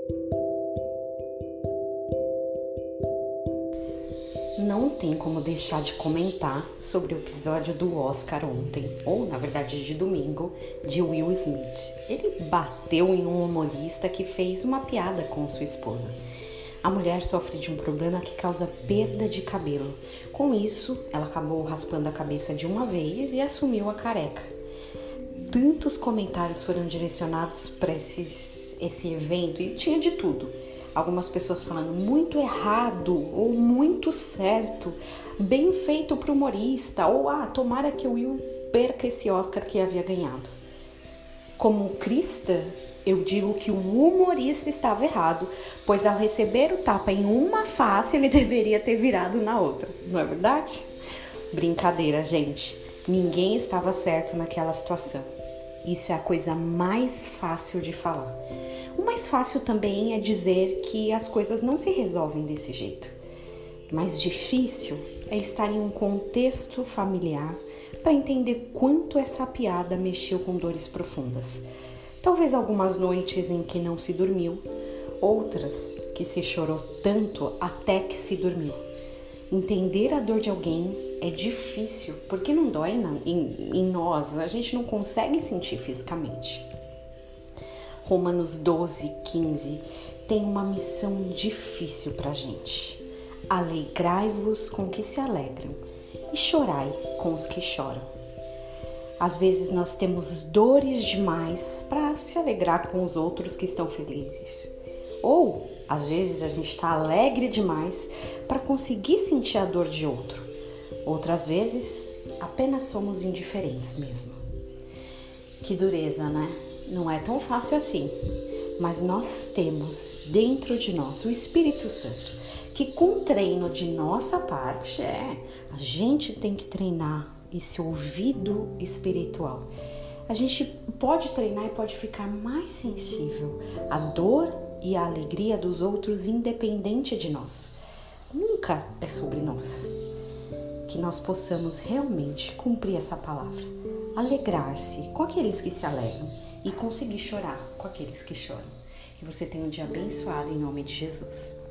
Não tem como deixar de comentar sobre o episódio do Oscar ontem, ou na verdade de domingo, de Will Smith. Ele bateu em um humorista que fez uma piada com sua esposa. A mulher sofre de um problema que causa perda de cabelo. Com isso, ela acabou raspando a cabeça de uma vez e assumiu a careca. Tantos comentários foram direcionados para esse evento e tinha de tudo. Algumas pessoas falando muito errado ou muito certo, bem feito pro humorista, ou tomara que o Will perca esse Oscar que havia ganhado. Como cristã, eu digo que o humorista estava errado, pois ao receber o tapa em uma face, ele deveria ter virado na outra, não é verdade? Brincadeira, gente. Ninguém estava certo naquela situação. Isso é a coisa mais fácil de falar. O mais fácil também é dizer que as coisas não se resolvem desse jeito. Mais difícil é estar em um contexto familiar para entender quanto essa piada mexeu com dores profundas. Talvez algumas noites em que não se dormiu, outras que se chorou tanto até que se dormiu. Entender a dor de alguém é difícil porque não dói em nós, a gente não consegue sentir fisicamente. Romanos 12:15 tem uma missão difícil pra gente. Alegrai-vos com os que se alegram e chorai com os que choram. Às vezes nós temos dores demais para se alegrar com os outros que estão felizes. Ou, às vezes, a gente está alegre demais para conseguir sentir a dor de outro. Outras vezes, apenas somos indiferentes mesmo. Que dureza, né? Não é tão fácil assim. Mas nós temos dentro de nós o Espírito Santo, que com treino de nossa parte, a gente tem que treinar esse ouvido espiritual. A gente pode treinar e pode ficar mais sensível à dor e à alegria dos outros, independente de nós. Nunca é sobre nós. Que nós possamos realmente cumprir essa palavra. Alegrar-se com aqueles que se alegram e conseguir chorar com aqueles que choram. Que você tenha um dia abençoado em nome de Jesus.